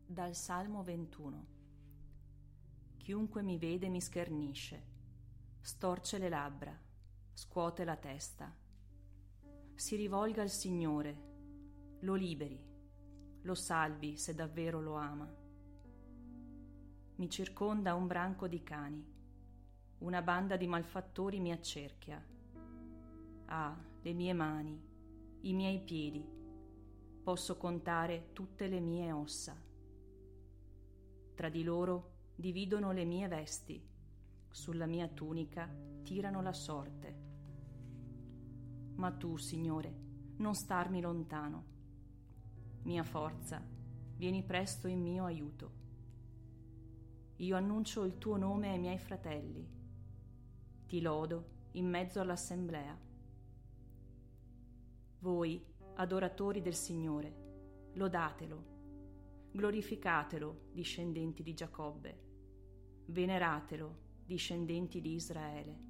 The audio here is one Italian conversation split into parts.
Dal Salmo 21. Chiunque mi vede mi schernisce, storce le labbra, scuote la testa. Si rivolga al Signore, lo liberi, lo salvi se davvero lo ama. Mi circonda un branco di cani, una banda di malfattori mi accerchia. Ah, le mie mani, i miei piedi, posso contare tutte le mie ossa. Tra di loro dividono le mie vesti, sulla mia tunica tirano la sorte. Ma tu, Signore, non starmi lontano. Mia forza, vieni presto in mio aiuto. Io annuncio il tuo nome ai miei fratelli. Ti lodo in mezzo all'assemblea. Voi, adoratori del Signore, lodatelo. Glorificatelo, discendenti di Giacobbe. Veneratelo, discendenti di Israele.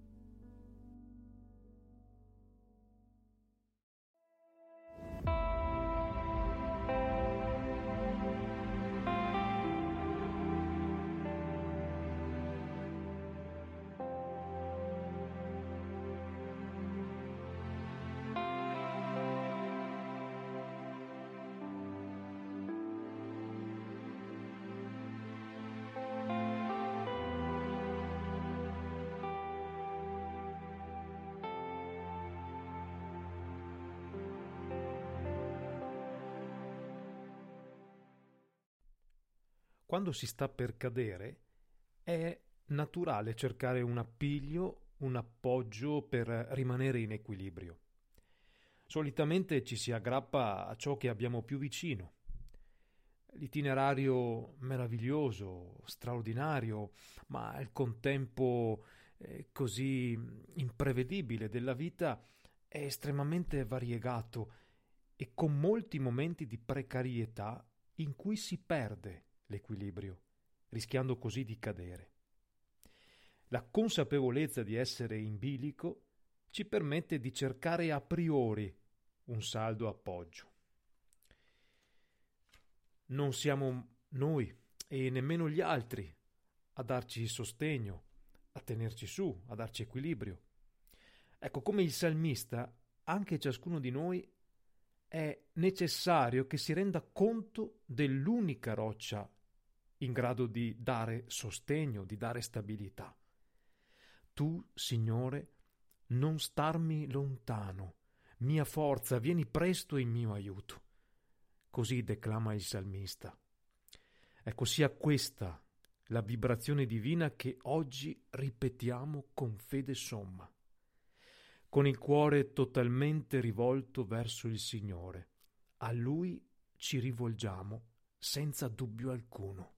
Quando si sta per cadere è naturale cercare un appiglio, un appoggio per rimanere in equilibrio. Solitamente ci si aggrappa a ciò che abbiamo più vicino. L'itinerario meraviglioso, straordinario, ma al contempo così imprevedibile della vita è estremamente variegato e con molti momenti di precarietà in cui si perde l'equilibrio, rischiando così di cadere. La consapevolezza di essere in bilico ci permette di cercare a priori un saldo appoggio. Non siamo noi e nemmeno gli altri a darci sostegno, a tenerci su, a darci equilibrio. Ecco, come il salmista, anche ciascuno di noi è necessario che si renda conto dell'unica roccia in grado di dare sostegno, di dare stabilità. Tu, Signore, non starmi lontano, mia forza, vieni presto in mio aiuto. Così declama il salmista. Ecco, sia questa la vibrazione divina che oggi ripetiamo con fede somma, con il cuore totalmente rivolto verso il Signore. A Lui ci rivolgiamo senza dubbio alcuno.